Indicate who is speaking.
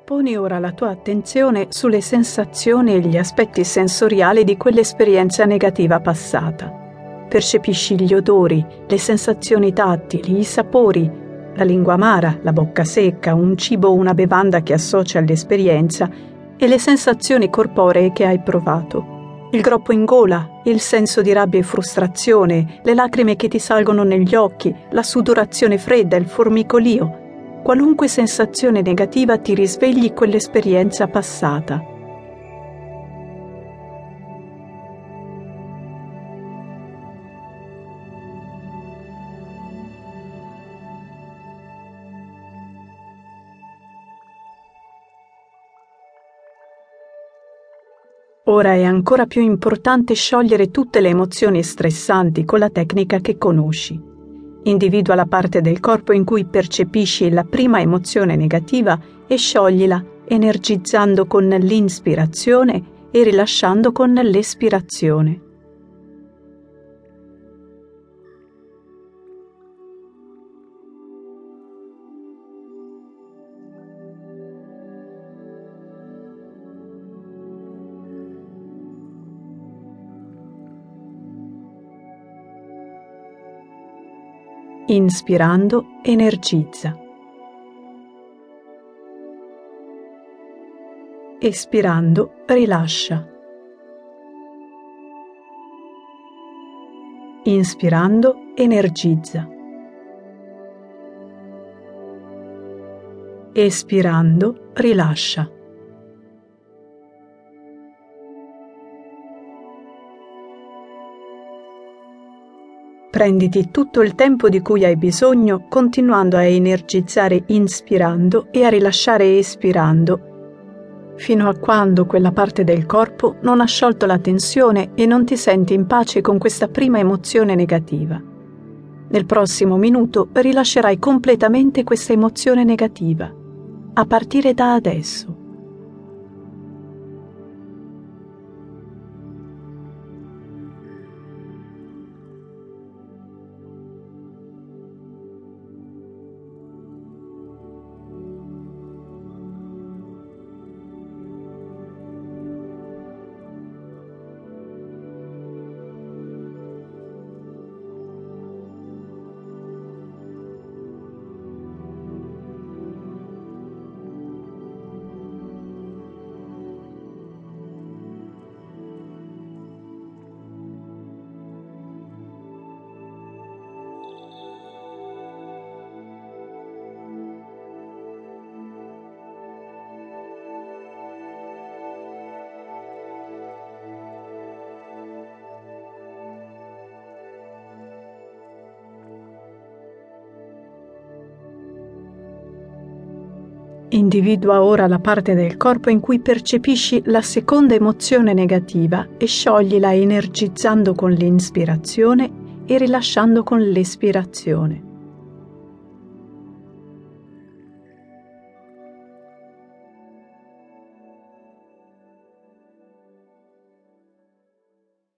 Speaker 1: Poni ora la tua attenzione sulle sensazioni e gli aspetti sensoriali di quell'esperienza negativa passata. Percepisci gli odori, le sensazioni tattili, i sapori, la lingua amara, la bocca secca, un cibo o una bevanda che associa all'esperienza e le sensazioni corporee che hai provato. Il groppo in gola, il senso di rabbia e frustrazione, le lacrime che ti salgono negli occhi, la sudorazione fredda, il formicolio. Qualunque sensazione negativa ti risvegli quell'esperienza passata. Ora è ancora più importante sciogliere tutte le emozioni stressanti con la tecnica che conosci. Individua la parte del corpo in cui percepisci la prima emozione negativa e scioglila energizzando con l'inspirazione e rilasciando con l'espirazione. Inspirando, energizza. Espirando, rilascia. Inspirando, energizza. Espirando, rilascia. Prenditi tutto il tempo di cui hai bisogno, continuando a energizzare inspirando e a rilasciare espirando, fino a quando quella parte del corpo non ha sciolto la tensione e non ti senti in pace con questa prima emozione negativa. Nel prossimo minuto rilascerai completamente questa emozione negativa, a partire da adesso. Individua ora la parte del corpo in cui percepisci la seconda emozione negativa e scioglila energizzando con l'inspirazione e rilasciando con l'espirazione.